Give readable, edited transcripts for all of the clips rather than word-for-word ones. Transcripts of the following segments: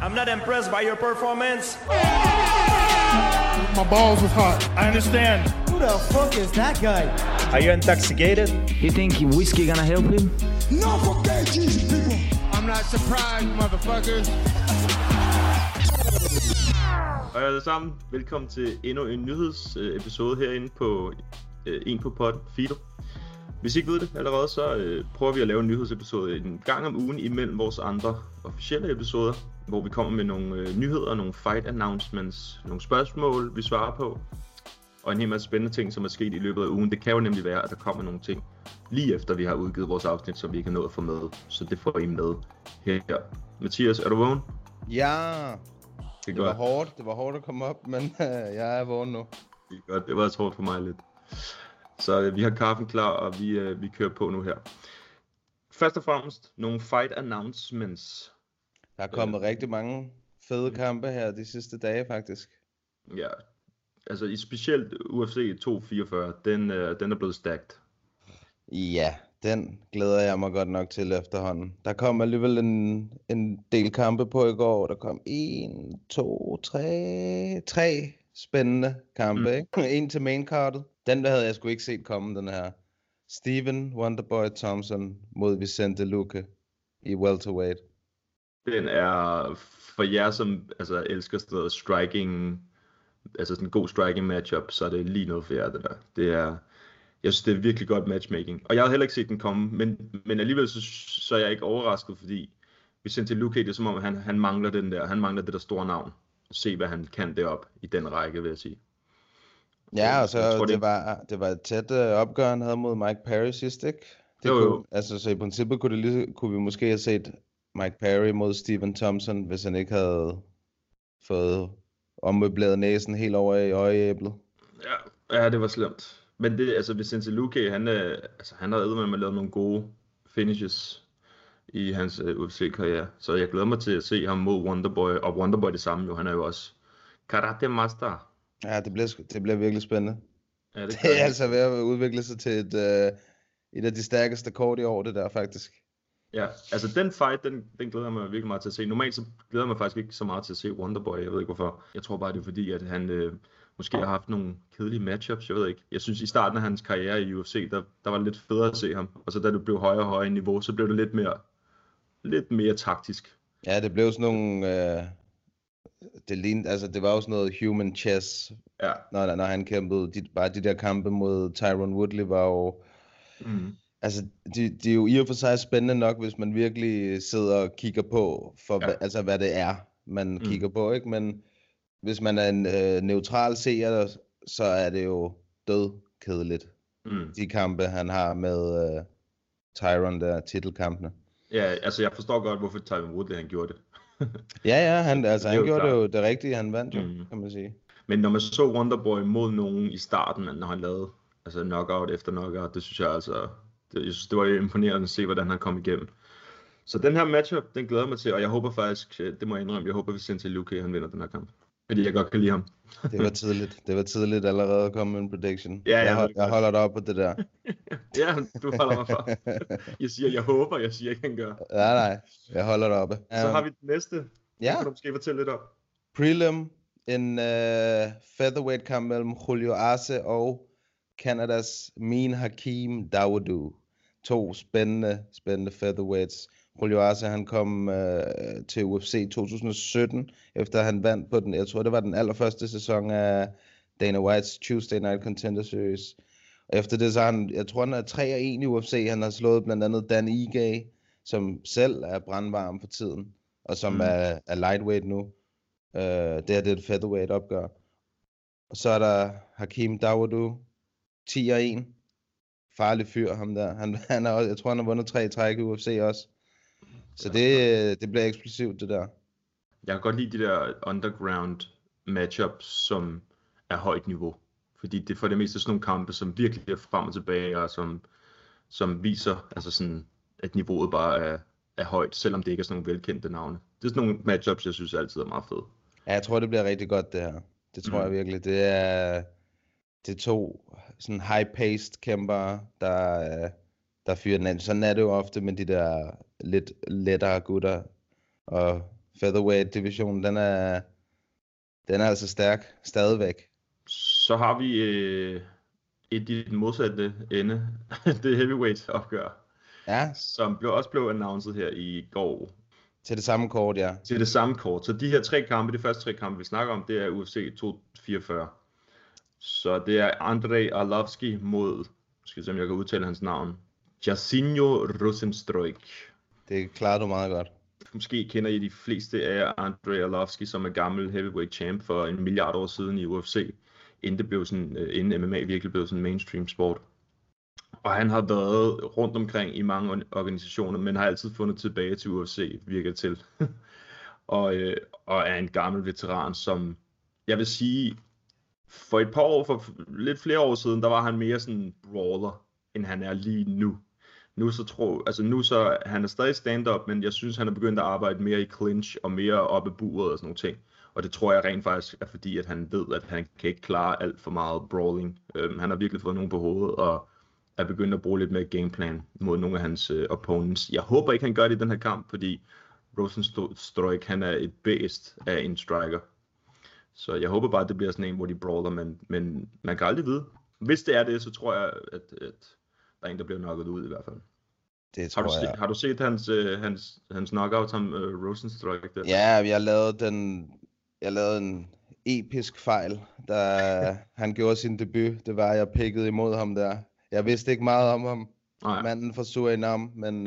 I'm not impressed by your performance. My balls was hot. I understand. Who the fuck is that guy? Are you intoxicated? You think whiskey gonna help him? No, forget Jesus, people. I'm not surprised, motherfuckers. Hej alle sammen. Velkommen til endnu en nyhedsepisode herinde på En på Pod Fido. Hvis I ikke ved det allerede, så prøver vi at lave en nyhedsepisode en gang om ugen imellem vores andre officielle episoder, hvor vi kommer med nogle nyheder, nogle fight announcements, nogle spørgsmål, vi svarer på, og en hel masse spændende ting, som er sket i løbet af ugen. Det kan jo nemlig være, at der kommer nogle ting lige efter vi har udgivet vores afsnit, som vi ikke har nået at få med, så det får I med her. Mathias, er du vågen? Ja, det var hårdt at komme op, men jeg er vågen nu. Det er godt, det var hårdt for mig lidt. Så vi har kaffen klar, og vi kører på nu her. Først og fremmest nogle fight announcements. Der er kommet rigtig mange fede kampe her de sidste dage, faktisk. Ja, altså i specielt UFC 244, den er blevet stacked. Ja, den glæder jeg mig godt nok til efterhånden. Der kom alligevel en del kampe på i går. Der kom 1, 2, 3 spændende kampe, ikke? En til maincardet. Den havde jeg sgu ikke set komme, den her. Steven Wonderboy Thompson mod Vicente Luque i welterweight. Den er for jer, som altså, elsker sådan noget striking, altså sådan en god striking matchup, så er det lige noget for jer, det der. Jeg synes, det er virkelig godt matchmaking. Og jeg havde heller ikke set den komme, men alligevel så er jeg ikke overrasket, fordi Vicente Luque, det er som om, han mangler den der, han mangler det der store navn. Se, hvad han kan derop i den række, vil jeg sige. Ja, og så det var et tæt opgør, han havde mod Mike Perry sidst, ikke? Jo. Altså, så i princippet kunne vi måske have set Mike Perry mod Steven Thompson, hvis han ikke havde fået ommøbleret næsen helt over i øjeæblet. Ja, det var slemt. Men det, altså Vicente Luque, han har eddermame lavet nogle gode finishes i hans UFC-karriere. Så jeg glæder mig til at se ham mod Wonderboy, og Wonderboy det samme jo, han er jo også karate master. Ja, det bliver virkelig spændende. Ja, det er altså ved at udvikle sig til et af de stærkeste kort i år, det der faktisk. Ja, altså den fight, den glæder jeg mig virkelig meget til at se. Normalt så glæder jeg mig faktisk ikke så meget til at se Wonderboy, jeg ved ikke hvorfor. Jeg tror bare, det er fordi, at han måske har haft nogle kedelige matchups, jeg ved ikke. Jeg synes i starten af hans karriere i UFC, der var det lidt federe at se ham. Og så da det blev højere og højere niveau, så blev det lidt mere taktisk. Ja, det blev sådan nogle... det var jo sådan noget human chess, ja. når han kæmpede. Bare de der kampe mod Tyron Woodley var jo... Altså, de er jo i og for sig spændende nok, hvis man virkelig sidder og kigger på, hvad det er, man kigger på, ikke? Men hvis man er en neutral seer, så er det jo død kedeligt. De kampe, han har med Tyron, der titelkampene. Ja, altså jeg forstår godt, hvorfor Tyron Woodley han gjorde det. ja, han gjorde det jo det rigtige, han vandt jo, kan man sige. Men når man så Wonderboy mod nogen i starten, når han lavede altså knockout efter knockout, det synes jeg altså, jeg synes det var imponerende at se, hvordan han kom igennem. Så den her matchup, den glæder jeg mig til, og jeg håber faktisk, det må jeg indrømme, jeg håber Vicente Luque, han vinder den her kamp. Fordi jeg godt kan lide ham. Det var tidligt allerede at komme med en prediction. Ja, jeg holder dig op på det der. Ja, du holder mig for. Jeg siger, jeg håber, jeg siger ikke, han gør. Nej, jeg holder dig oppe. Så har vi den næste. Ja. Kan du måske fortælle lidt om? Prelim, en featherweight kamp mellem Julio Arce og Canadas Min Hakeem Dawodu. 2 spændende featherweights. Julio Arce, han kom til UFC 2017, efter han vandt på den, jeg tror det var den allerførste sæson af Dana Whites Tuesday Night Contender Series. Og efter det så jeg tror han er 3-1 i UFC, han har slået blandt andet Dan Ige, som selv er brandvarm for tiden, og som er lightweight nu. Det er et featherweight opgør. Og så er der Hakeem Dawodu, 10-1. Farlig fyr, ham der. Han er også, jeg tror han har vundet 3 i træk i UFC også. Så det bliver eksplosivt, det der. Jeg kan godt lide de der underground matchups, som er højt niveau. Fordi det er for det meste sådan nogle kampe, som virkelig er frem og tilbage, og som viser, altså sådan, at niveauet bare er højt, selvom det ikke er sådan nogle velkendte navne. Det er sådan nogle matchups, jeg synes altid er meget fede. Ja, jeg tror, det bliver rigtig godt, det her. Det tror jeg virkelig. Det er 2 sådan high-paced kæmpere, der fyrer den anden. Sådan er det jo ofte med de der lidt lettere gutter. Og featherweight-divisionen, den er altså stærk, stadigvæk. Så har vi et i den modsatte ende, det heavyweight-opgør, som også blev announced her i går. Til det samme kort, ja. Til det samme kort. Så de her de første 3 kampe, vi snakker om, det er UFC 244. Så det er Andrei Arlovski mod, skal jeg se, om jeg kan udtale hans navn, Jairzinho Rozenstruik. Det klarer du meget godt. Måske kender I de fleste af Andrei Arlovski, som er gammel heavyweight champ for 1 milliard år siden i UFC, inden MMA virkelig blev sådan en mainstream sport. Og han har været rundt omkring i mange organisationer, men har altid fundet tilbage til UFC, virker til. og er en gammel veteran, som jeg vil sige, for lidt flere år siden, der var han mere sådan en brawler, end han er lige nu. Nu så han er stadig stand-up, men jeg synes, han er begyndt at arbejde mere i clinch og mere oppe buret og sådan nogle ting. Og det tror jeg rent faktisk er fordi, at han ved, at han kan ikke klare alt for meget brawling. Han har virkelig fået nogen på hovedet og er begyndt at bruge lidt mere gameplan mod nogle af hans opponents. Jeg håber ikke, han gør det i den her kamp, fordi Rozenstruik, han er et beast af en striker. Så jeg håber bare, at det bliver sådan en, hvor de brawler, men man kan aldrig vide. Hvis det er det, så tror jeg, at der er en, der bliver knocket ud i hvert fald. Det tror jeg. Har du set hans knockout, som Rozenstruik? Ja, jeg lavede en episk fejl, da han gjorde sin debut. Det var, at jeg pikkede imod ham der. Jeg vidste ikke meget om ham. Nej. Manden fra Surinam, men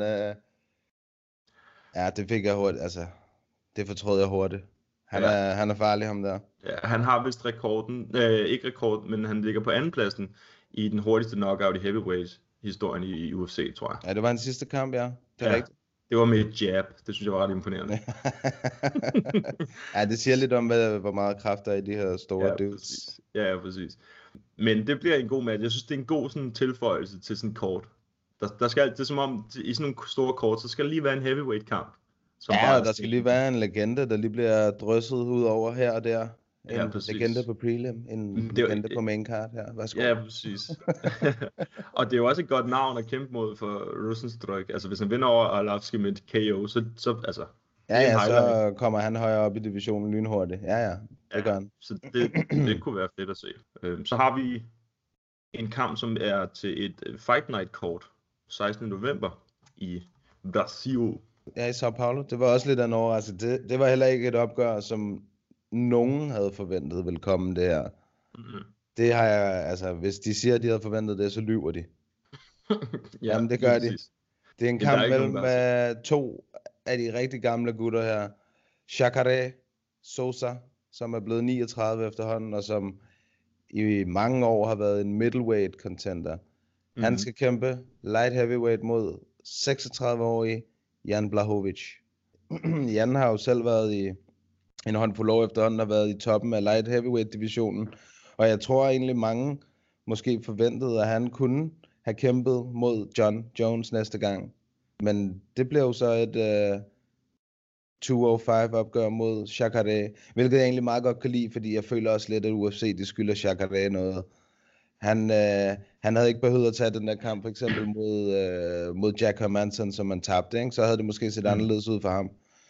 det fik jeg hurtigt. Altså, det fortrød jeg hurtigt. Han er farlig, ham der. Ja, han har vist rekorden, ikke rekord, men han ligger på andenpladsen i den hurtigste knockout i heavyweight-historien i UFC, tror jeg. Ja, det var hans sidste kamp, ja. Det er rigtigt. Det var med et jab. Det synes jeg var ret imponerende. Ja, det siger lidt om, hvor meget kraft der er i de her store dudes. Præcis. Ja, præcis. Men det bliver en god match. Jeg synes, det er en god sådan tilføjelse til sådan en kort. Der skal, det er som om, i sådan nogle store kort, så skal der lige være en heavyweight kamp. Ja, og der skal lige være en legende, der lige bliver drysset ud over her og der. En legende på prelim, en legende på main card her. Værsgo. Ja, præcis. Og det er jo også et godt navn at kæmpe mod for Rozenstruik. Altså, hvis han vinder over Arlovski med et KO, så altså... Ja, så kommer han højere op i divisionen lynhurtigt. Ja, det gør han. Så det kunne være fedt at se. Så har vi en kamp, som er til et Fight Night kort 16. november i Brasil. Ja, i São Paulo. Det var også lidt af en overraskelse. Det var heller ikke et opgør, som nogen havde forventet ville komme det her. Mm-hmm. Det har jeg, altså, hvis de siger, at de havde forventet det, så lyver de. Jamen, det gør de. Det er en kamp mellem 2 af de rigtig gamle gutter her. Jacare Souza, som er blevet 39 efterhånden, og som i mange år har været en middleweight contender. Mm-hmm. Han skal kæmpe light heavyweight mod 36-årige Jan Blachowicz. Jan har jo selv været i en håndfuld år efterhånden, har været i toppen af light heavyweight divisionen, og jeg tror egentlig mange måske forventede, at han kunne have kæmpet mod John Jones næste gang. Men det blev så et 205 opgør mod Jacare, hvilket jeg egentlig meget godt kan lide, fordi jeg føler også lidt, at UFC de skylder Jacare noget. Han havde ikke behøvet at tage den der kamp, for eksempel mod Jack Hermansson, som man tabte, ikke? Så havde det måske set anderledes ud for ham.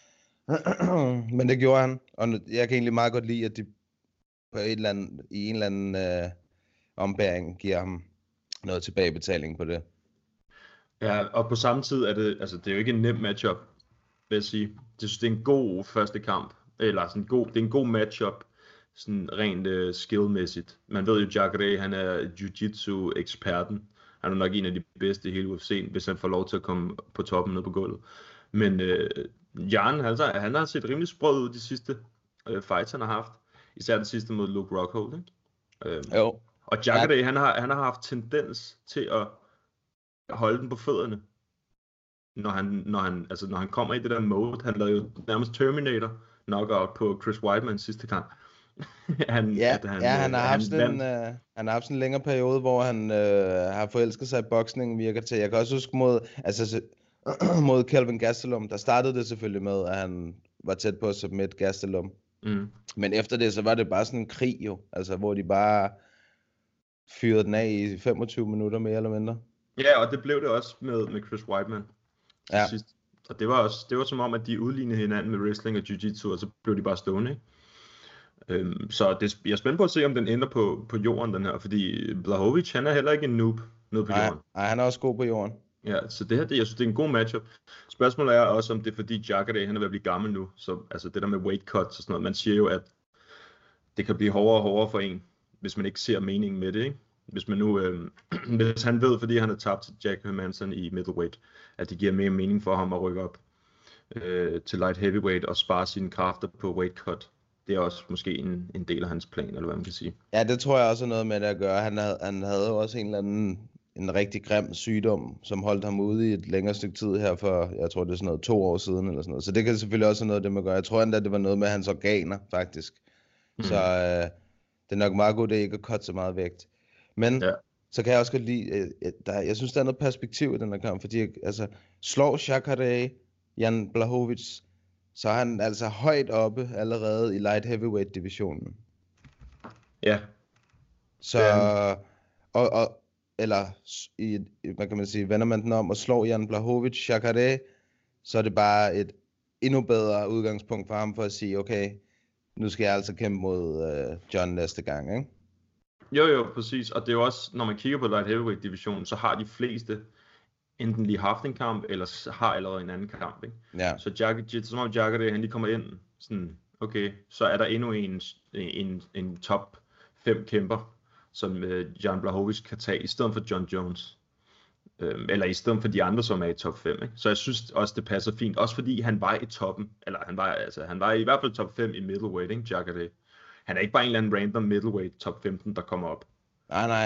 Men det gjorde han, og jeg kan egentlig meget godt lide, at de på en eller anden ombæring giver ham noget tilbagebetaling på det. Ja, og på samme tid er det, altså det er jo ikke en nem matchup, vil jeg sige. Jeg synes, det er en god første kamp, eller sådan det er en god matchup, sådan rent skillmæssigt. Man ved jo, Jacare, han er jiu-jitsu-eksperten. Han er nok en af de bedste i hele UFC, hvis han får lov til at komme på toppen ned på gulvet. Men Jan, han har set rimelig sprød ud de sidste fights, han har haft. Især den sidste mod Luke Rockhold, ikke? Jo. Og Jacare, han har haft tendens til at holde den på fødderne, når han kommer i det der mode. Han lavede jo nærmest Terminator knockout på Chris Weidman sidste kamp. Han har haft sådan en længere periode, hvor han har forelsket sig i boksning, virker til. Jeg kan også huske mod Kelvin Gastelum, der startede det selvfølgelig med, at han var tæt på at submit Gastelum. Mm. Men efter det, så var det bare sådan en krig jo, altså hvor de bare fyrede den af i 25 minutter mere eller mindre. Ja, og det blev det også med Chris Weidman. Og det var som om, at de udlignede hinanden med wrestling og jiu-jitsu, og så blev de bare stående, ikke? Så jeg er spændt på at se, om den ender på jorden, den her, fordi Blachowicz, han er heller ikke en noob nede på jorden. Nej, han er også god på jorden. Ja, så det her, jeg synes, det er en god matchup. Spørgsmålet er også, om det er fordi Jacare, han er ved at blive gammel nu, så altså det der med weight cuts og sådan noget, man siger jo, at det kan blive hårdere og hårdere for en, hvis man ikke ser meningen med det, ikke? Hvis man nu, hvis han ved, fordi han har tabt til Jack Hermansson i middleweight, at det giver mere mening for ham at rykke op til light heavyweight og spare sine kræfter på weight cut. Det er også måske en del af hans plan, eller hvad man kan sige. Ja, det tror jeg også er noget med det at gøre. Han havde jo også en eller anden en rigtig grim sygdom, som holdt ham ude i et længere stykke tid her for, jeg tror det er sådan noget 2 år siden eller sådan noget. Så det kan selvfølgelig også have noget af det med at gøre. Jeg tror endda, det var noget med hans organer, faktisk. Så det er nok meget godt, det ikke at cutte så meget vægt. Men så kan jeg også godt lide, jeg synes, der er noget perspektiv i den her kamp, fordi altså, slår Jacare Jan Blachowicz, så er han altså højt oppe allerede i light heavyweight divisionen. Ja. Så, eller hvad kan man sige, vender man den om og slår Jan Blachowicz Jacare, så er det bare et endnu bedre udgangspunkt for ham for at sige, okay, nu skal jeg altså kæmpe mod John næste gang, ikke? Jo, præcis. Og det er jo også, når man kigger på light heavyweight divisionen, så har de fleste enten lige haft en kamp, eller har allerede en anden kamp, ikke? Ja. Så som om Jacare, han lige kommer ind, sådan, okay, så er der endnu en top 5 kæmper, som Jan Blachowicz kan tage, i stedet for John Jones. Eller i stedet for de andre, som er i top 5, ikke? Så jeg synes også, det passer fint. Også fordi han var i toppen, eller han var i hvert fald top 5 i middleweight, ikke, Jacare? Han er ikke bare en eller anden random middleweight top 15, der kommer op. Nej,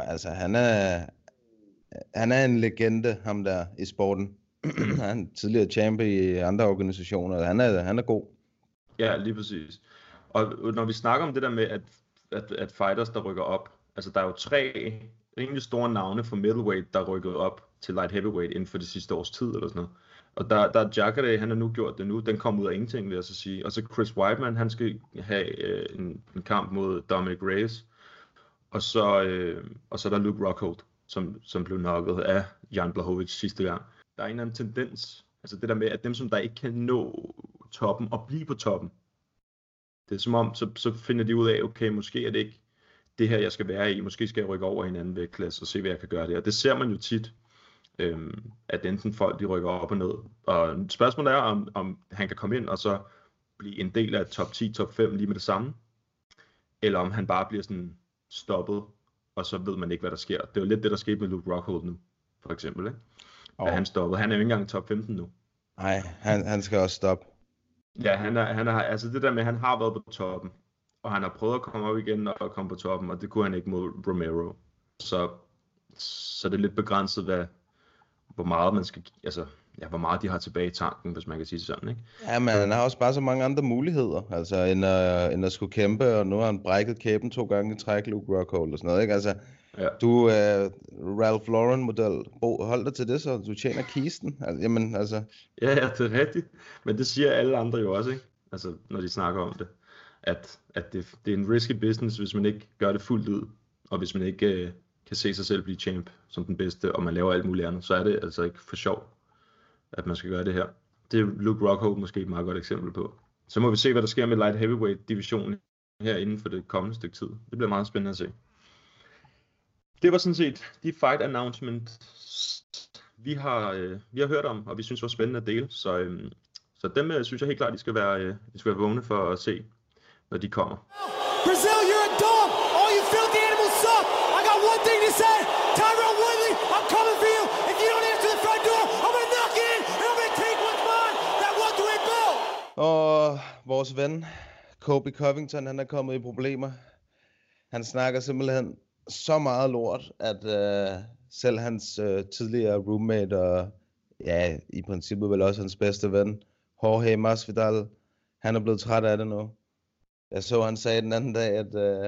han er en legende, ham der i sporten. Han er tidligere champion i andre organisationer, han er god. Ja, lige præcis. Og når vi snakker om det der med, at fighters, der rykker op, altså der er jo 3 rimelig store navne for middleweight, der rykker op til light heavyweight inden for det sidste års tid, eller sådan noget. Og der er Jacare, han har nu gjort det nu, den kom ud af ingenting, vil jeg så sige. Og så Chris Weidman, han skal have en kamp mod Dominic Reyes. Og så er der Luke Rockhold, som blev knocket af Jan Blachowicz sidste gang. Der er en eller anden tendens, altså det der med, at dem, som der ikke kan nå toppen og blive på toppen, det er som om, så finder de ud af, okay, måske er det ikke det her, jeg skal være i, måske skal jeg rykke over i en anden vægtklasse og se, hvad jeg kan gøre der. Og det ser man jo tit, at enten folk, de rykker op og ned. Og spørgsmålet er, om han kan komme ind og så blive en del af top 10, top 5 lige med det samme, eller om han bare bliver sådan stoppet, og så ved man ikke, hvad der sker. Det er jo lidt det, der skete med Luke Rockhold nu, for eksempel, ikke? At han stoppede. Han er jo ikke engang top 15 nu. Nej, han skal også stoppe. Ja, han er, altså det der med, at han har været på toppen, og han har prøvet at komme op igen og komme på toppen, og det kunne han ikke mod Romero. Så det er lidt begrænset, hvor meget man skal, altså, ja, hvor meget de har tilbage i tanken, hvis man kan sige sådan, ikke? Ja, men han har også bare så mange andre muligheder, altså end at skulle kæmpe, og nu har han brækket kæben 2 gange i træk, Luke Rockhold og sådan noget, ikke? Altså, ja. Du Ralph Lauren-model, hold dig til det, så du tjener kisten. Altså, jamen, altså. Ja, det er rigtigt. Men det siger alle andre jo også, ikke? Altså, når de snakker om det. At det er en risky business, hvis man ikke gør det fuldt ud, og hvis man ikke kan se sig selv blive champ som den bedste, og man laver alt muligt andet, så er det altså ikke for sjov, at man skal gøre det her. Det er Luke Rockhold måske et meget godt eksempel på. Så må vi se, hvad der sker med light heavyweight divisionen her inden for det kommende stykke tid. Det bliver meget spændende at se. Det var sådan set de fight announcements, vi har hørt om, og vi synes var spændende at dele. Så dem synes jeg helt klart, I skal være vågne for at se, når de kommer. Brazil, you're a dog. All you filthy animals suck. I got one thing to say. Tyrone Woodley, I'm coming for you. If you don't answer the front door, I'm gonna knock it in, and I'm gonna take what's mine. That 1-3 belt. Og vores ven, Kobe Covington, han er kommet i problemer. Han snakker simpelthen så meget lort, at selv hans tidligere roommate og ja, i princippet vel også hans bedste ven, Jorge Masvidal, han er blevet træt af det nu. Jeg så, han sagde den anden dag, at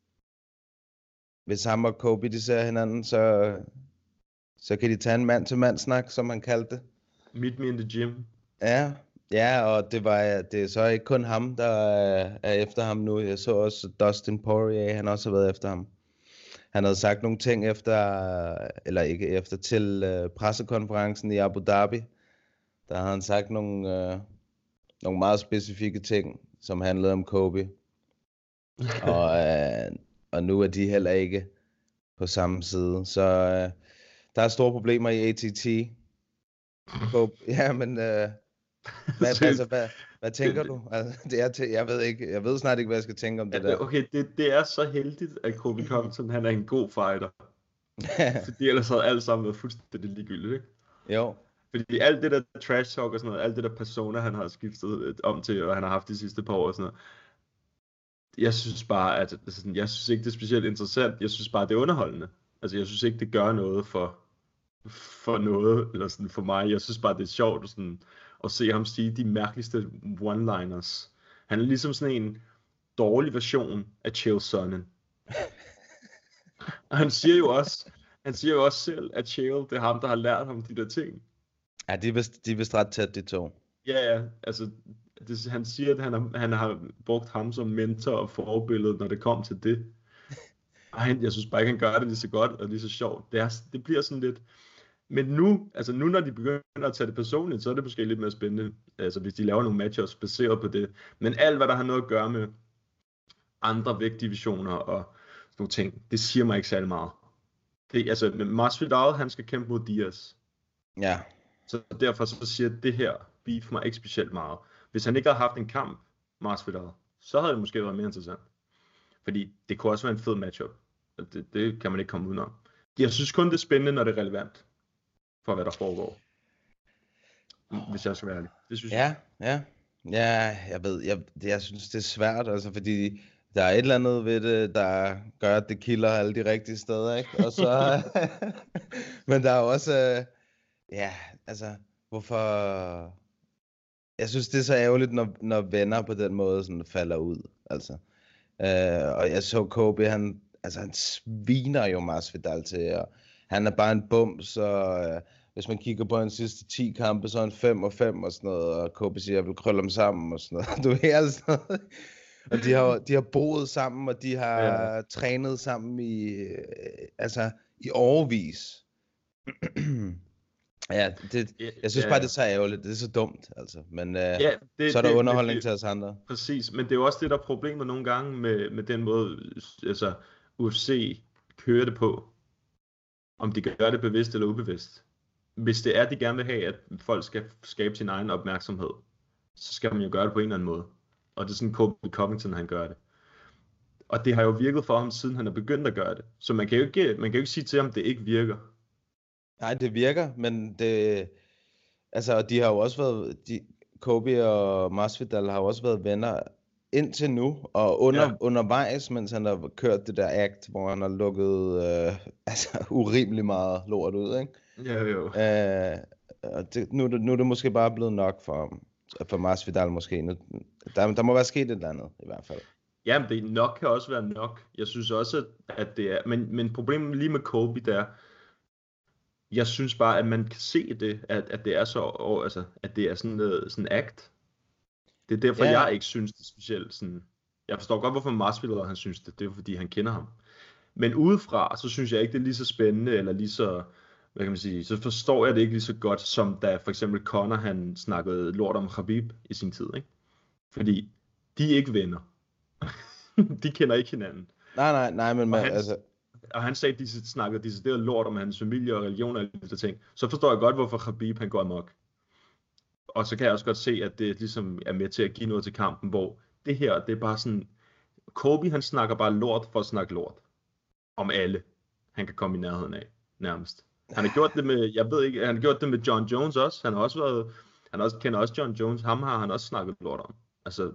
hvis ham og Kobe, de ser hinanden, så kan de tage en mand-til-mand snak, som han kaldte det. Meet me in the gym. Ja, og det er så ikke kun ham, der er efter ham nu. Jeg så også Dustin Poirier, han også har været efter ham. Han havde sagt nogle ting til pressekonferencen i Abu Dhabi. der havde han sagt nogle meget specifikke ting, som handlede om Kobe. Og nu er de heller ikke på samme side. Så der er store problemer i ATT. Ja, men hvad tænker du? Altså, jeg ved snart ikke, hvad jeg skal tænke om det der. Okay, det er så heldigt, at Kobe Covington, han er en god fighter. Fordi ellers havde alt sammen været fuldstændig ligegyldigt, ikke? Jo. Fordi alt det der trash talk og sådan noget, alt det der persona, han har skiftet om til, og han har haft de sidste par år og sådan noget. Jeg synes bare, at jeg synes ikke, det er specielt interessant. Jeg synes bare, det er underholdende. Altså, jeg synes ikke, det gør noget for noget, eller sådan for mig. Jeg synes bare, det er sjovt sådan, at se ham sige de mærkeligste one-liners. Han er ligesom sådan en dårlig version af Chael Sonnen. Og han siger jo også selv, at Chael, det er ham, der har lært ham de der ting. Ja, de er vist ret tæt, de to. Ja, altså, han siger, at han har brugt ham som mentor og forbillede, når det kom til det. Jeg synes bare ikke, han gør det lige så godt og lige så sjovt. Det bliver sådan lidt... Men nu, når de begynder at tage det personligt, så er det måske lidt mere spændende. Altså, hvis de laver nogle matchups baseret på det. Men alt, hvad der har noget at gøre med andre vægtdivisioner og sådan nogle ting, det siger mig ikke særlig meget. Masvidal, han skal kæmpe mod Diaz. Ja. Så derfor så siger det her beef mig ikke specielt meget. Hvis han ikke havde haft en kamp, Masvidal, så havde det måske været mere interessant. Fordi det kunne også være en fed matchup. Det kan man ikke komme udenom. Jeg synes kun, det er spændende, når det er relevant for, hvad der foregår. Hvis jeg skal være ærlig. Det synes jeg. Ja, jeg synes, det er svært, altså, fordi der er et eller andet ved det, der gør, at det kilder alle de rigtige steder, ikke? Og så... Men der er også... hvorfor... Jeg synes, det er så ærgerligt, når venner på den måde sådan falder ud, altså. Og jeg så Kobe, han sviner jo Masvidal til, og han er bare en bums, og hvis man kigger på hans sidste 10 kampe, så er han 5 og 5 og sådan noget, og Kobe siger, jeg vil krølle dem sammen og sådan noget. Du ved, alt sådan noget. Og de har boet sammen, og de har trænet sammen i årevis. Ja, jeg synes bare, det er så ærgerligt. Det er så dumt, altså. Men så er der underholdning til os andre. Præcis, men det er jo også det, der er problemet nogle gange med den måde, altså UFC kører det på. Om de gør det bevidst eller ubevidst. Hvis det er, de gerne vil have, at folk skal skabe sin egen opmærksomhed, så skal man jo gøre det på en eller anden måde. Og det er sådan Kobe Covington, han gør det. Og det har jo virket for ham, siden han er begyndt at gøre det. Så man kan jo ikke sige til ham, at det ikke virker. Nej, det virker, men det... Altså, de har jo også været... Kobe og Masvidal har jo også været venner indtil nu, og undervejs, mens han har kørt det der act, hvor han har lukket urimelig meget lort ud, ikke? Ja, jo. Og nu er det måske bare blevet nok for Masvidal måske. Der må være sket et eller andet, i hvert fald. Jamen, det nok kan også være nok. Jeg synes også, at det er... Men problemet lige med Kobe, det er... Jeg synes bare, at man kan se det, at det er så... Altså, at det er sådan act. Det er derfor, jeg ikke synes det specielt sådan... Jeg forstår godt, hvorfor Masvidal han synes det. Det er fordi, han kender ham. Men udefra, så synes jeg ikke, det er lige så spændende, eller lige så... Hvad kan man sige? Så forstår jeg det ikke lige så godt, som da for eksempel Conor, han snakkede lort om Khabib i sin tid, ikke? Fordi de er ikke venner. De kender ikke hinanden. Nej, men og han sagde, at de snakkede decideret lort om hans familie og religion og alle de ting. Så forstår jeg godt, hvorfor Khabib han går amok. Og så kan jeg også godt se, at det ligesom er med til at give noget til kampen, hvor det her, det er bare sådan... Kobe, han snakker bare lort for at snakke lort. Om alle. Han kan komme i nærheden af, nærmest. Han har gjort det med, jeg ved ikke, han har gjort det med John Jones også. Han har også været, kender også John Jones. Ham har han også snakket lort om. Altså...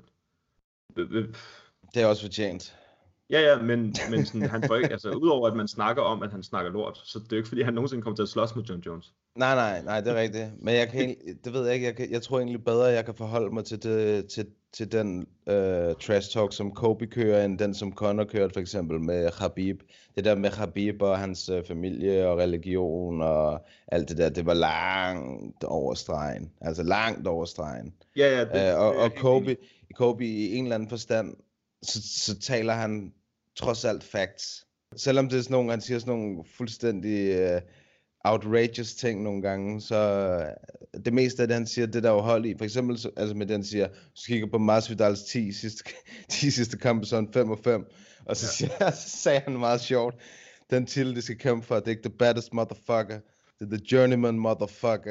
Det er også fortjent. Ja, men sådan, han får ikke, altså udover at man snakker om, at han snakker lort, så det er jo ikke fordi, han nogensinde kommer til at slås med John Jones. Nej, det er rigtigt. Men jeg kan det ved jeg ikke, jeg tror egentlig bedre, jeg kan forholde mig til den trash talk, som Kobe kører, end den, som Conor kørte for eksempel med Khabib. Det der med Khabib og hans familie og religion og alt det der, det var langt over stregen. Altså langt over stregen. Ja. Og Kobe i en eller anden forstand, så taler han trods alt facts. Selvom det er sådan nogle, han siger sådan nogle fuldstændig outrageous ting nogle gange, så det meste af det, han siger, det der er jo hold i. For eksempel, altså med den siger, så kigger på Masvidals 10 sidste kampe, sådan 5-5, og så sagde han meget sjovt, den titel, de skal kæmpe for, det er ikke the baddest motherfucker, det er the journeyman motherfucker.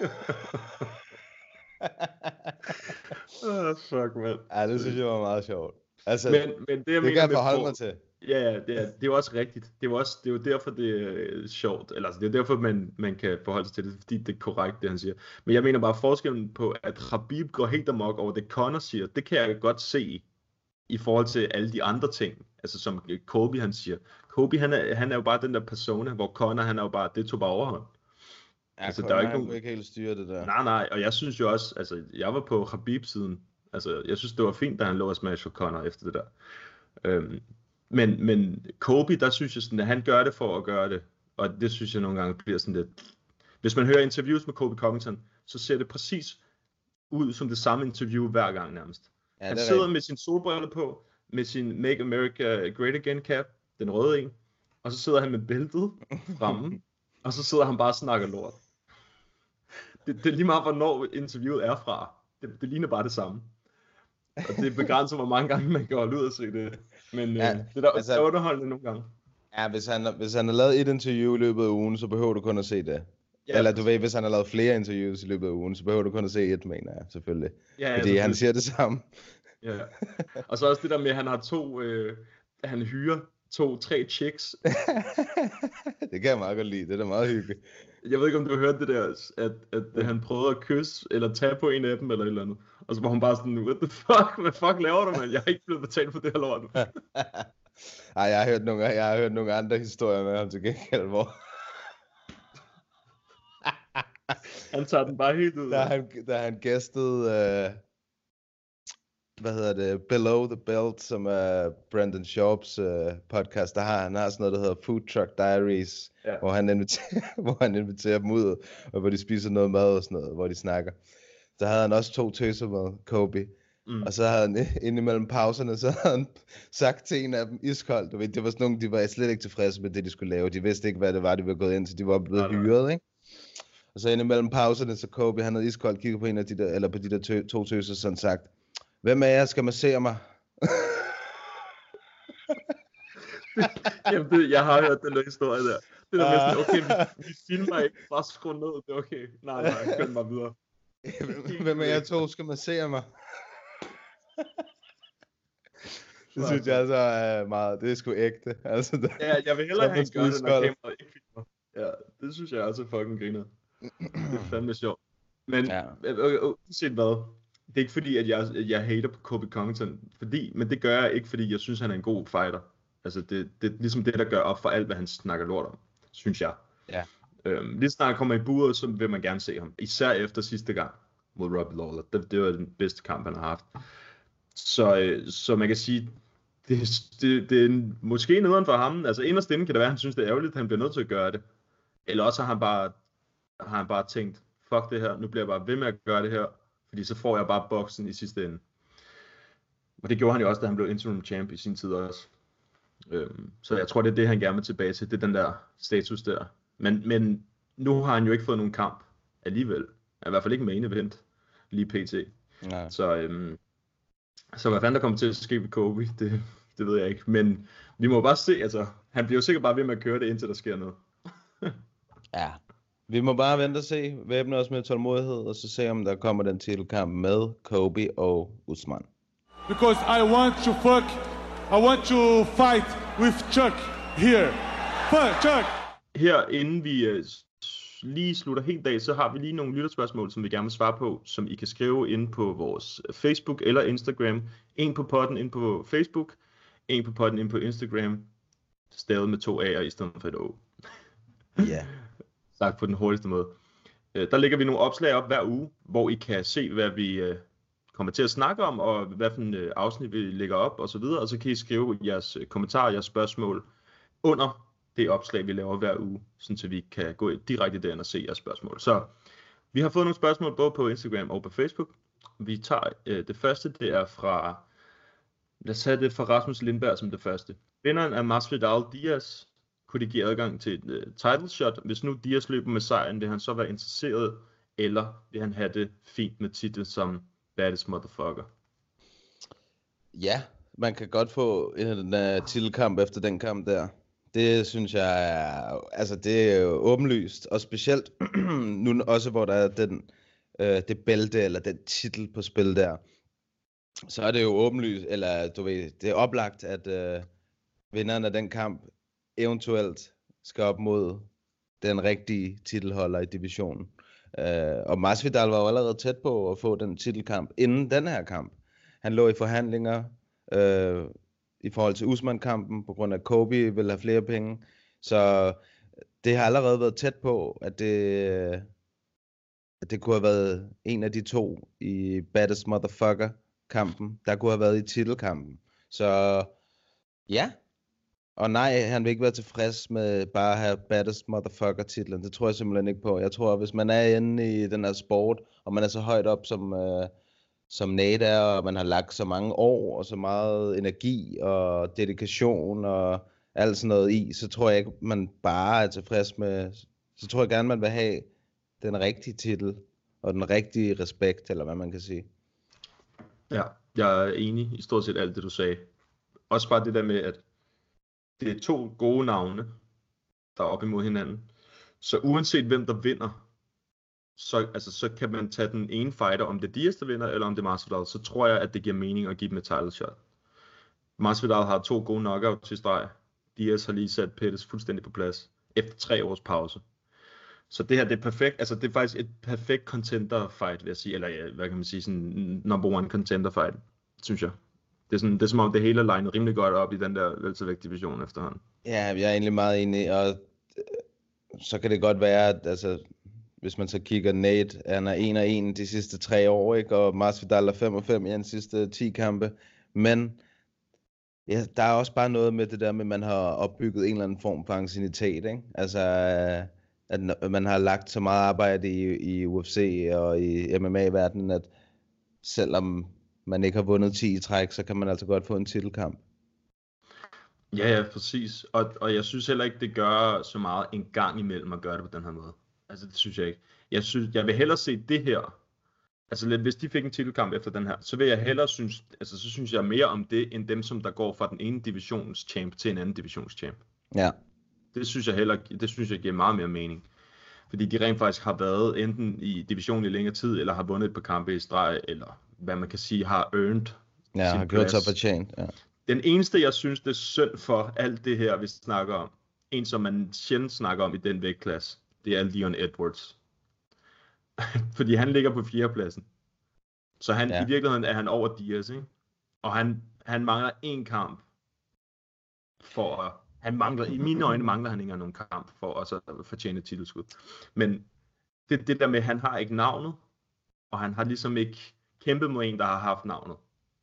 Fuck, man. Ja, det synes jeg var meget sjovt. Altså, men det, jeg kan jeg forholde mig til. Ja, det er jo også rigtigt. Det er jo derfor, det er sjovt. Eller altså, det er derfor, man kan forholde sig til det, fordi det er korrekt, det han siger. Men jeg mener bare forskellen på, at Khabib går helt amok over det, Conor siger, det kan jeg godt se i forhold til alle de andre ting. Altså som Colby han siger. Colby han er jo bare den der persona, hvor Conor han er jo bare, det tog bare overhånd. Ja, altså, Conor, der er ikke nogen... kunne ikke helt styre det der. Nej, og jeg synes jo også, altså jeg var på Khabib-siden. Altså jeg synes det var fint, da han lå og smash for Conor efter det der. Men Colby, der synes jeg sådan, at han gør det for at gøre det. Og det synes jeg nogle gange bliver sådan lidt... Hvis man hører interviews med Colby Covington, så ser det præcis ud som det samme interview hver gang nærmest. Ja, han sidder med sin solbriller på, med sin Make America Great Again cap, den røde en, og så sidder han med bæltet fremme, og så sidder han bare og snakker lort. Det er lige meget, hvornår interviewet er fra. Det ligner bare det samme. Og det begrænser, hvor mange gange man kan holde ud og se det. Men ja, det er altså, underholdende nogle gange. Ja, hvis han har lavet et interview i løbet af ugen, så behøver du kun at se det. Ja, eller du ved, hvis han har lavet flere interviews i løbet af ugen, så behøver du kun at se et, mener jeg, selvfølgelig. Ja, fordi han siger det samme. Ja. Og så også det der med, at han har han hyrer 2-3 chicks. Det kan jeg meget godt lide, det er da meget hyggeligt. Jeg ved ikke, om du har hørt det der, at han prøvede at kysse, eller tage på en af dem, eller et eller andet. Og så var hun bare sådan, what the fuck, hvad fuck laver du, man? Jeg har ikke blevet betalt for det her lort. Ej, jeg har hørt nogle andre historier med ham til gengæld, hvor... Han tager den bare helt ud. Da han gæstede, Below the Belt, som er Brandon Sharps podcast, han har sådan noget, der hedder Food Truck Diaries, ja. hvor han inviterer dem ud, og hvor de spiser noget mad og sådan noget, hvor de snakker. Så havde han også 2 tøser med, Kobe. Og så havde han indimellem pauserne, så havde han sagt til en af dem, iskoldt, du ved, det var sådan nogle, de var slet ikke tilfredse med det, de skulle lave. De vidste ikke, hvad det var, de var gået ind til. De var blevet hyret, ikke? Og så indimellem pauserne, så Kobe, han havde iskoldt kigget på en af de der, eller på de der 2 tøser, sådan sagt, hvem af jer skal massere mig? Jamen, jeg har hørt den der historie der. Det der med sådan, okay, vi filmer ikke, bare skru ned, det er okay. Nej, kør den bare videre. Hvem af jer 2 skal massere mig? Det synes jeg altså er meget, det er sgu ægte. Altså, ja, jeg vil hellere have en gør det, når kameraet ikke filmer. Ja, det synes jeg også er fucking griner. Det er fandme sjovt. Men, set hvad? Det er ikke fordi, at jeg hater på Colby Covington, men det gør jeg ikke, fordi jeg synes, han er en god fighter. Altså, det er ligesom det, der gør op for alt, hvad han snakker lort om, synes jeg. Ja. Lige snart han kommer i buret, så vil man gerne se ham. Især efter sidste gang mod Robbie Lawler. Det var den bedste kamp, han har haft. Så man kan sige, det er måske nederen for ham. Altså inderst inde kan det være, at han synes, det er ærgerligt, at han bliver nødt til at gøre det. Eller også har han bare tænkt, fuck det her, nu bliver jeg bare ved med at gøre det her, fordi så får jeg bare boksen i sidste ende. Og det gjorde han jo også, da han blev interim champ i sin tid også. Så jeg tror, det er det, han gerne vil tilbage til. Det er den der status der. Men nu har han jo ikke fået nogen kamp alligevel. I hvert fald ikke main event lige pt. Nej. Så hvad fanden der kommer til at ske med Kobe, det ved jeg ikke. Men vi må bare se, altså han bliver jo sikkert bare ved med at køre det, indtil der sker noget. Ja, vi må bare vente og se, væbne os med tålmodighed, og så se, om der kommer den titelkamp med Kobe og Usman. Because I want to fight with Chuck here. Chuck! Her, inden vi lige slutter helt af, så har vi lige nogle lytterspørgsmål, som vi gerne vil svare på, som I kan skrive ind på vores Facebook eller Instagram. En på podden ind på Facebook, en på podden ind på Instagram, stavet med 2 A'er i stedet for et Å. Ja. Sagt på den hurtigste måde. Der lægger vi nogle opslag op hver uge, hvor I kan se, hvad vi kommer til at snakke om, og hvad for en afsnit vi lægger op, og så videre. Og så kan I skrive jeres kommentarer, jeres spørgsmål under det opslag, vi laver hver uge, så vi kan gå direkte derind og se jeres spørgsmål. Så vi har fået nogle spørgsmål både på Instagram og på Facebook. Vi tager det første, det er fra, lad os tage det fra Rasmus Lindberg som det første. Vinderen af Masvidal Diaz kunne det give adgang til et title shot. Hvis nu Diaz løber med sejren, vil han så være interesseret, eller vil han have det fint med titel som baddest motherfucker? Ja, man kan godt få en titelkamp efter den kamp der. Det synes jeg er, altså det er jo åbenlyst, og specielt nu også, hvor der er det bælte, eller den titel på spil der, så er det jo åbenlyst, eller du ved, det er oplagt, at vinderen af den kamp eventuelt skal op mod den rigtige titelholder i divisionen. Og Masvidal var jo allerede tæt på at få den titelkamp inden den her kamp. Han lå i forhandlinger i forhold til Usman-kampen, på grund af Kobe ville have flere penge. Så det har allerede været tæt på, at det kunne have været en af de to i baddest motherfucker-kampen, der kunne have været i titelkampen. Så ja, og nej, han vil ikke være tilfreds med bare at have baddest motherfucker-titlen. Det tror jeg simpelthen ikke på. Jeg tror, at hvis man er inde i den her sport, og man er så højt op som Nate er, og man har lagt så mange år, og så meget energi og dedikation og alt sådan noget i, så tror jeg ikke, man bare er tilfreds med, så tror jeg gerne, man vil have den rigtige titel, og den rigtige respekt, eller hvad man kan sige. Ja, jeg er enig i stort set alt det, du sagde. Også bare det der med, at det er to gode navne, der er op imod hinanden. Så uanset hvem der vinder, så kan man tage den ene fighter, om det er Diaz, der vinder, eller om det er Masvidal, så tror jeg, at det giver mening at give dem et title shot. Masvidal har 2 gode knockouts i streg. Diaz har lige sat Pettis fuldstændig på plads, efter 3 års pause. Så det her, det er perfekt, altså det er faktisk et perfekt contender fight, vil jeg sige, eller ja, hvad kan man sige, sådan number one contender fight, synes jeg. Det er som om det hele er legnet rimelig godt op i den der weltervægt division efterhånden. Ja, jeg er egentlig meget enig, og så kan det godt være, at altså, hvis man så kigger Nate, han er 1-1 de sidste 3 år, ikke? Og Masvidal er 5-5 i de sidste 10 kampe. Men ja, der er også bare noget med det der med, at man har opbygget en eller anden form for anciennitet, ikke? Altså, at man har lagt så meget arbejde i UFC og i MMA-verdenen, at selvom man ikke har vundet 10 i træk, så kan man altså godt få en titelkamp. Ja, præcis. Og jeg synes heller ikke, det gør så meget en gang imellem at gøre det på den her måde. Altså, det synes jeg ikke. Jeg vil hellere se det her. Altså, hvis de fik en titelkamp efter den her, så vil jeg hellere synes, altså, så synes jeg mere om det, end dem, som der går fra den ene divisionschamp til en anden divisionschamp. Ja. Det synes jeg giver meget mere mening. Fordi de rent faktisk har været enten i divisionen i længere tid, eller har vundet et par kampe i streg, eller hvad man kan sige, har earned Ja, har gjort sig fortjent. Ja. Den eneste, jeg synes, det er synd for alt det her, vi snakker om, en som man sjældent snakker om i den vægtklasse, det er Leon Edwards. Fordi han ligger på 4. pladsen. Så i virkeligheden er han over Diaz, ikke? Og han mangler en kamp i mine øjne mangler han ikke nogen kamp for også at fortjene titelskud. Men det der med, at han har ikke navnet, og han har ligesom ikke kæmpet mod en, der har haft navnet.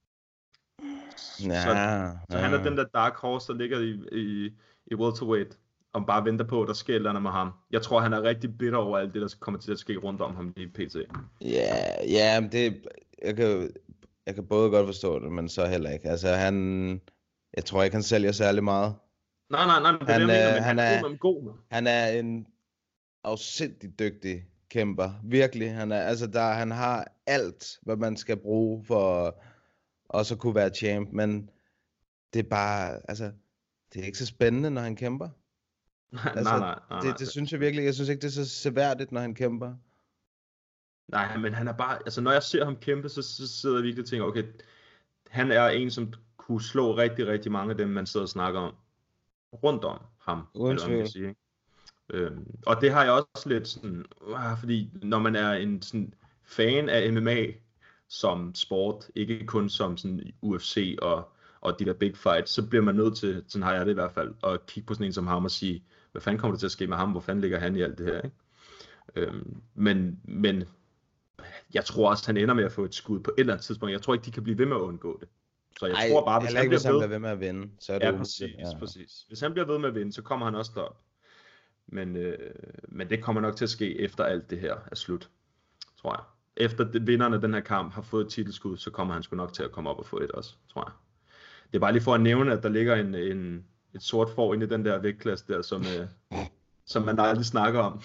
Så han er den der dark horse, der ligger i welterweight, og bare venter på, at der sker et eller andet med ham. Jeg tror, han er rigtig bitter over alt det, der kommer til at ske rundt om ham i PT. Ja, det, jeg kan både godt forstå det, men så heller ikke. Altså, jeg tror ikke, han sælger særlig meget. Nej, det er det, jeg mener, men han er god. Han er en afsindig dygtig kæmper. Virkelig. Han har alt, hvad man skal bruge for også at kunne være champ, men det er bare, altså, det er ikke så spændende, når han kæmper. Nej. Det synes jeg virkelig, jeg synes ikke, det er så seværdigt, når han kæmper. Nej, men han er bare, altså når jeg ser ham kæmpe, så sidder jeg virkelig og tænker, okay, han er en, som kunne slå rigtig, rigtig mange af dem, man sidder og snakker om, rundt om ham. Eller man kan sige, ikke? Og det har jeg også lidt sådan, fordi når man er en sådan fan af MMA som sport, ikke kun som sådan UFC og de der big fights, så bliver man nødt til, sådan har jeg det i hvert fald, at kigge på sådan en som ham og sige, hvad fanden kommer det til at ske med ham, hvor fanden ligger han i alt det her, ikke? Men jeg tror også, han ender med at få et skud på et eller andet tidspunkt. Jeg tror ikke, de kan blive ved med at undgå det. Så jeg tror bare, hvis han bliver ved med at vinde, så er det præcis. Hvis han bliver ved med at vinde, så kommer han også derop. Men det kommer nok til at ske efter alt det her er slut, tror jeg. Efter vinderne af den her kamp har fået et titelskud, så kommer han sgu nok til at komme op og få et også, tror jeg. Det er bare lige for at nævne, at der ligger et sort får ind i den der vægtklasse der, som man aldrig snakker om.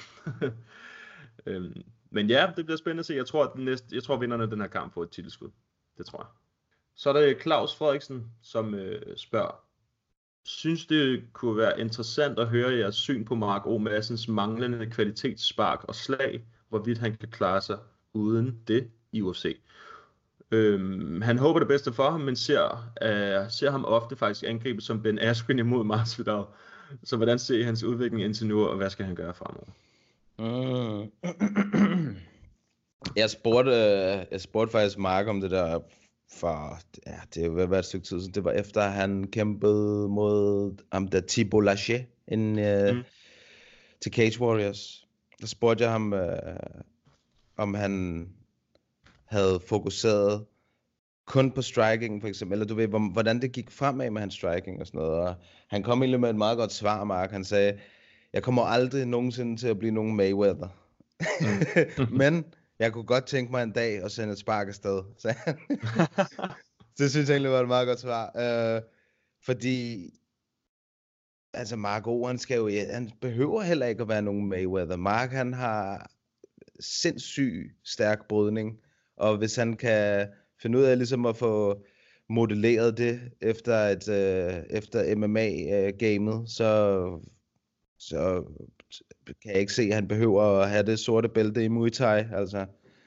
Men ja, det bliver spændende at se. Jeg tror vinderne af den her kamp får et titelskud. Det tror jeg. Så er der Claus Frederiksen, som spørger, synes det kunne være interessant at høre jeres syn på Mark O. Madsens manglende kvalitetsspark og slag, hvorvidt han kan klare sig uden det i UFC. Han håber det bedste for ham, men ser ham ofte faktisk angrebet som Ben Askren imod Masvidal. Så hvordan ser I hans udvikling indtil nu, og hvad skal han gøre fremover? Jeg spurgte faktisk Mark om det der for, det var været et stykke tid siden. Det var efter han kæmpede mod Thibault Lachey til Cage Warriors. Der spurgte jeg ham, om han havde fokuseret kun på striking for eksempel, eller du ved, hvordan det gik fremad med hans striking og sådan noget. Og han kom egentlig med et meget godt svar, Mark. Han sagde, jeg kommer aldrig nogensinde til at blive nogen Mayweather. Men jeg kunne godt tænke mig en dag at sende et spark afsted, sagde han. Det synes jeg egentlig var et meget godt svar. Fordi altså Mark O, han behøver heller ikke at være nogen Mayweather. Mark, han har sindssygt stærk brydning, og hvis han kan finde ud af ligesom at få modelleret det efter MMA-gamet, så kan jeg ikke se, at han behøver at have det sorte bælte i Muay Thai, altså.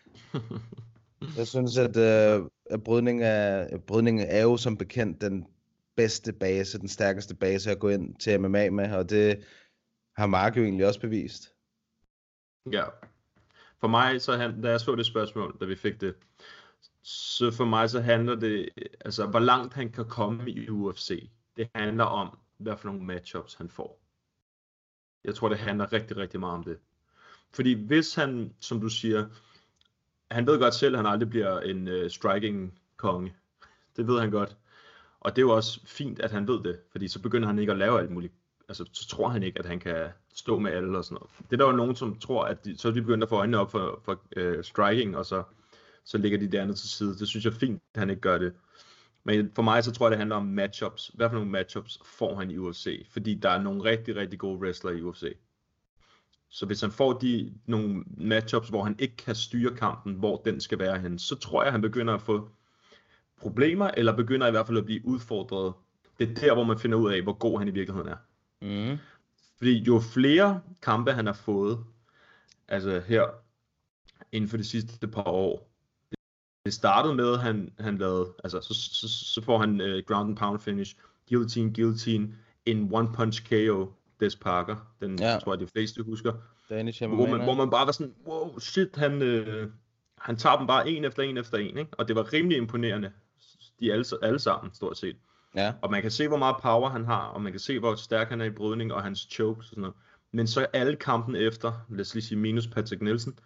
Jeg synes, at brydning er jo som bekendt den bedste base, den stærkeste base at gå ind til MMA med, og det har Mark jo egentlig også bevist. Ja. For mig, da jeg så det spørgsmål, da vi fik det, så for mig så handler det, altså hvor langt han kan komme i UFC. Det handler om, hvad for nogle matchups han får. Jeg tror, det handler rigtig, rigtig meget om det. Fordi hvis han, som du siger, han ved godt selv, at han aldrig bliver en striking-konge. Det ved han godt. Og det er jo også fint, at han ved det, fordi så begynder han ikke at lave alt muligt. Altså, så tror han ikke, at han kan stå med alle og sådan noget. Det er der jo nogen, som tror, at så er de begyndt at få øjnene op for striking, og så ligger de dernede til side. Det synes jeg er fint, at han ikke gør det. Men for mig, så tror jeg, det handler om matchups. Hvad for nogle matchups får han i UFC? Fordi der er nogle rigtig, rigtig gode wrestlere i UFC. Så hvis han får nogle matchups, hvor han ikke kan styre kampen, hvor den skal være henne, så tror jeg, han begynder at få problemer, eller begynder i hvert fald at blive udfordret. Det er der, hvor man finder ud af, hvor god han i virkeligheden er. Mm. Fordi jo flere kampe han har fået, altså her, inden for de sidste par år, det startede med, at han lavede, altså så får han ground and pound finish, guillotine, en one punch KO, Des Parker, den tror jeg de fleste husker, hvor man bare var sådan, wow, shit, han tager dem bare en efter en, ikke? Og det var rimelig imponerende, de alle sammen, stort set. Ja. Og man kan se, hvor meget power han har, og man kan se, hvor stærk han er i brydning, og hans chokes og sådan noget. Men så alle kampen efter, lad os lige sige minus Patrick Nielsen,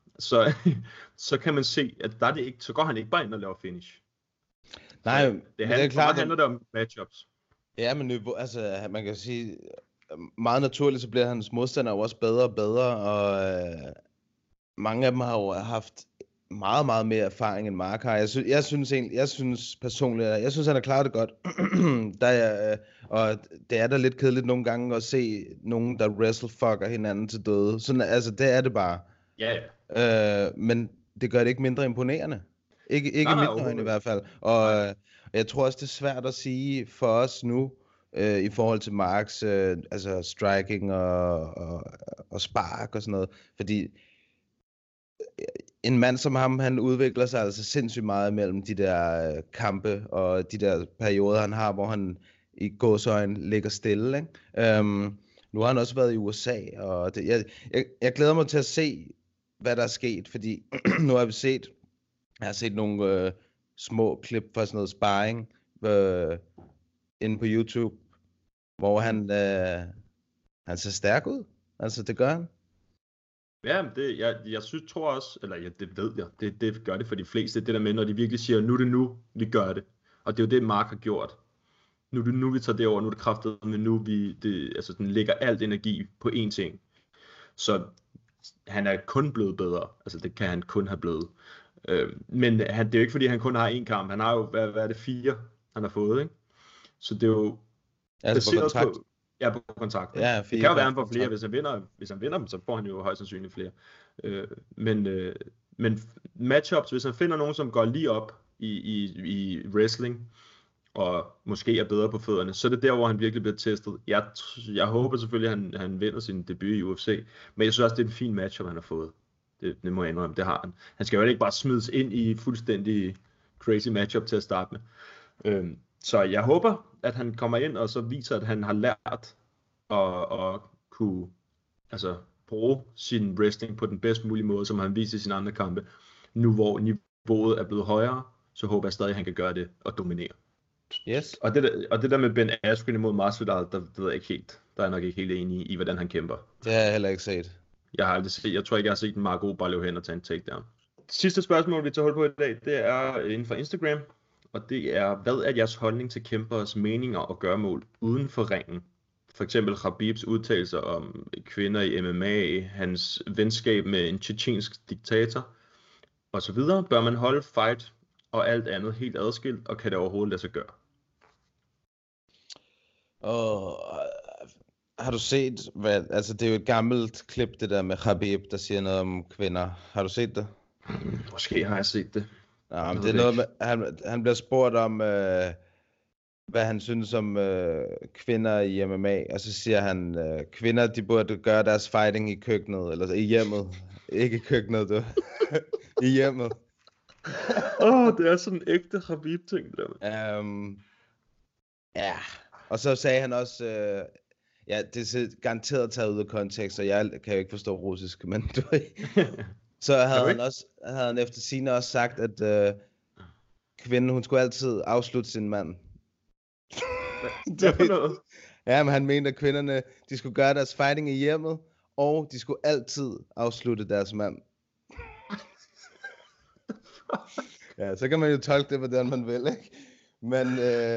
så kan man se, at der er det ikke, så går han ikke bare ind og laver finish. Nej, det er klart, handler det om matchups. Ja, men altså, man kan sige, meget naturligt, så bliver hans modstander jo også bedre og bedre, og mange af dem har jo haft meget, meget mere erfaring end Mark har. Jeg synes personligt, han har klaret det godt. Og det er da lidt kedeligt nogle gange at se nogen, der wrestlefucker hinanden til døde. Sådan, altså, det er det bare. Ja. Men det gør det ikke mindre imponerende. Ikke i mit øjne i hvert fald. Og jeg tror også, det er svært at sige for os nu, i forhold til Marks altså striking og spark og sådan noget. Fordi en mand som ham, han udvikler sig altså sindssygt meget mellem de der kampe og de der perioder, han har, hvor han i gåseøjne ligger stille, ikke? Nu har han også været i USA, og jeg glæder mig til at se, hvad der er sket, fordi nu har jeg har set nogle små klip fra sådan noget sparring inde på YouTube, hvor han ser stærk ud. Altså, det gør han. Ja, jeg tror også, eller ja, det ved jeg, det gør det for de fleste, det der med, når de virkelig siger, nu er det nu, vi gør det. Og det er jo det, Mark har gjort. Nu er det nu, vi tager det over, nu er det kraftet, men nu altså, den lægger alt energi på én ting. Så han er kun blevet bedre, altså det kan han kun have blevet. Men det er jo ikke, fordi han kun har én kamp, han har jo, hvad er det, 4, han har fået, ikke? Så det er jo, Altså på kontrakt? På kontrakt. Ja, det kan jo være, han får flere. Hvis han vinder dem, så får han jo højst sandsynligt flere. Men matchups, hvis han finder nogen, som går lige op i wrestling, og måske er bedre på fødderne, så er det der, hvor han virkelig bliver testet. Jeg håber selvfølgelig, at han vinder sin debut i UFC, men jeg synes også, det er en fin matchup, han har fået. Det må jeg indrømme, det har han. Han skal jo ikke bare smides ind i fuldstændig crazy matchup til at starte med. Så jeg håber, at han kommer ind og så viser, at han har lært at kunne bruge sin wrestling på den bedst mulige måde, som han viser i sine andre kampe. Nu hvor niveauet er blevet højere, så håber jeg stadig, at han kan gøre det og dominere. Yes. Og det der med Ben Askren imod Masvidal, der ved jeg ikke helt. Der er jeg nok ikke helt enig i, hvordan han kæmper. Det har jeg heller ikke set. Jeg tror ikke, jeg har set en meget god bare løbe hen og tage en takedown. Sidste spørgsmål, vi tager hul på i dag, det er inden for Instagram. Og det er, hvad er jeres holdning til kæmpers meninger og gørmål uden for ringen? For eksempel Khabibs udtalelser om kvinder i MMA, hans venskab med en tjetjensk diktator osv. Bør man holde fight og alt andet helt adskilt, og kan det overhovedet lade sig gøre? Har du set, det er jo et gammelt klip, det der med Khabib, der siger noget om kvinder. Har du set det? Måske har jeg set det. Ja, men det er noget med, han bliver spurgt om, hvad han synes om kvinder i MMA, og så siger han, kvinder, de burde gøre deres fighting i køkkenet, eller i hjemmet. Ikke i køkkenet, du. I hjemmet. Det er sådan en ægte Khabib-ting, det der. Ja, og så sagde han også, det er garanteret taget ud af kontekst, og jeg kan jo ikke forstå russisk, men du så havde han efter sigende også sagt, at kvinden, hun skulle altid afslutte sin mand. Ja, men han mente, at kvinderne, de skulle gøre deres fighting i hjemmet, og de skulle altid afslutte deres mand. Ja, så kan man jo tolke det, hvordan man vil, ikke? Men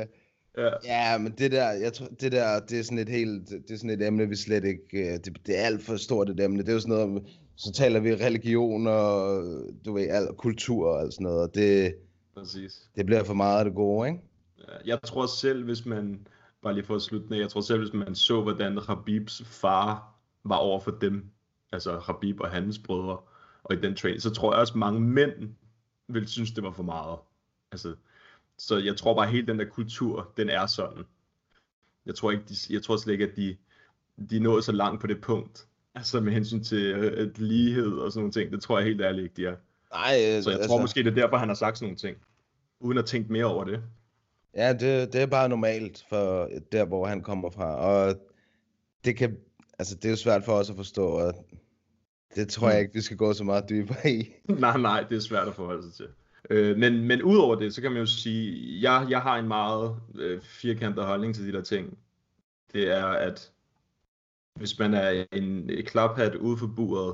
ja, men det der, jeg tror, det er sådan det er sådan et emne, vi slet ikke, det er alt for stort et emne. Det er jo sådan noget, så taler vi religion og, du ved, alt kultur og alt sådan noget, og det bliver for meget af det gode, ikke? Jeg tror selv, hvis man, bare lige for at slutte ned, jeg tror selv, hvis man så, hvordan Khabibs far var over for dem, altså Khabib og hans brødre, og i den training, så tror jeg også, mange mænd ville synes, det var for meget. Altså, så jeg tror bare, hele den der kultur, den er sådan. Jeg tror slet ikke, at de nåede så langt på det punkt. Altså med hensyn til lighed og sådan nogle ting. Det tror jeg helt ærligt ikke, de er. Nej, så jeg tror måske, det er derfor, han har sagt sådan nogle ting. Uden at tænke mere over det. Ja, det er bare normalt for der, hvor han kommer fra. Og det er jo svært for os at forstå, og det tror jeg ikke, vi skal gå så meget dybere i. Nej, det er svært at forholde sig til. Men udover det, så kan man jo sige, jeg har en meget firkantet holdning til de der ting. Det er, at hvis man er en klaphat ude for buret,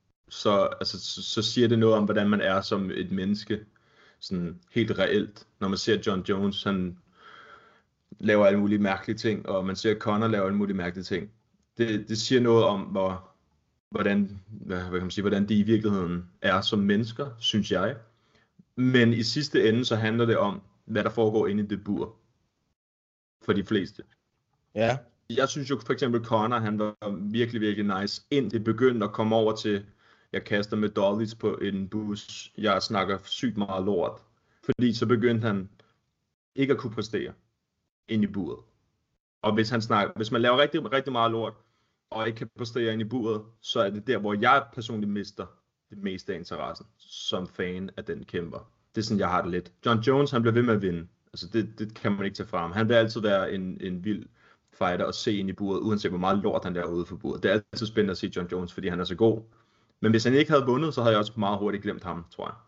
så siger det noget om, hvordan man er som et menneske. Sådan helt reelt. Når man ser John Jones, han laver alle mulige mærkelige ting, og man ser Conor lave alle mulige mærkelige ting. Det siger noget om, hvordan de i virkeligheden er som mennesker, synes jeg. Men i sidste ende, så handler det om, hvad der foregår inde i det bur. For de fleste. Ja. Jeg synes jo for eksempel, Conor, han var virkelig, virkelig nice, indtil det begyndte at komme over til, jeg kaster med dollies på en bus, jeg snakker sygt meget lort. Fordi så begyndte han ikke at kunne præstere ind i buret. Og hvis man laver rigtig, rigtig meget lort, og ikke kan præstere ind i buret, så er det der, hvor jeg personligt mister det meste af interessen som fan af den kæmper. Det er sådan, jeg har det lidt. John Jones, han bliver ved med at vinde. Altså det kan man ikke tage fra ham. Han vil altid være en vild fighter at se ind i buret, uanset hvor meget lort han laver ude for buret. Det er altid spændende at se John Jones, fordi han er så god. Men hvis han ikke havde vundet, så havde jeg også meget hurtigt glemt ham, tror jeg.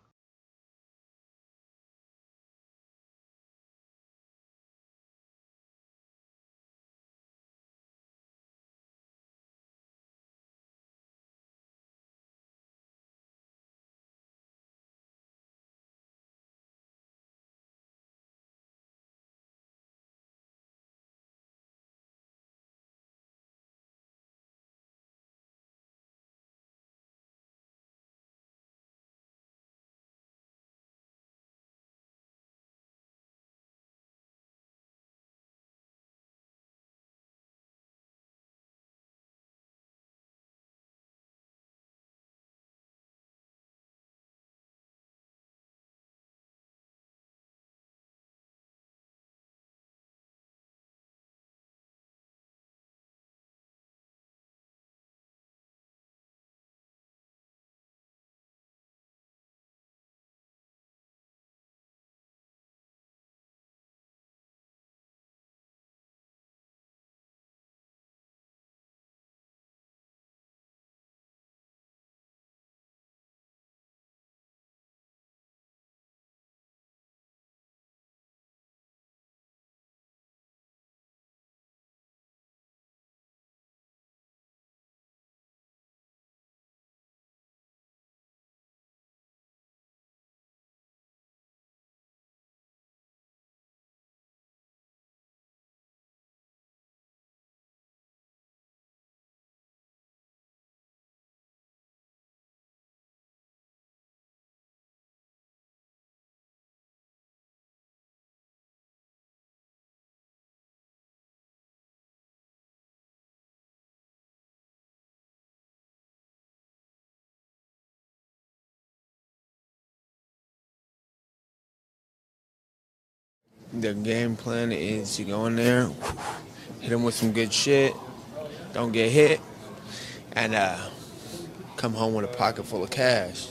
The game plan is you go in there, hit them with some good shit, don't get hit, and come home with a pocket full of cash.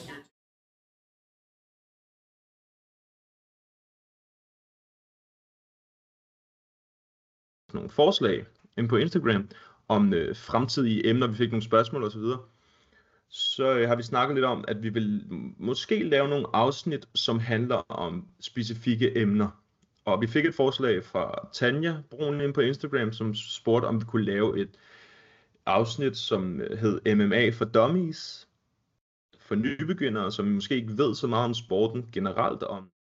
Nogle forslag ind på Instagram om fremtidige emner, vi fik nogle spørgsmål osv. Så har vi snakket lidt om, at vi vil måske lave nogle afsnit, som handler om specifikke emner. Og vi fik et forslag fra Tanja Brun ind på Instagram, som spurgte, om vi kunne lave et afsnit, som hed MMA for Dummies, for nybegyndere, som måske ikke ved så meget om sporten generelt, om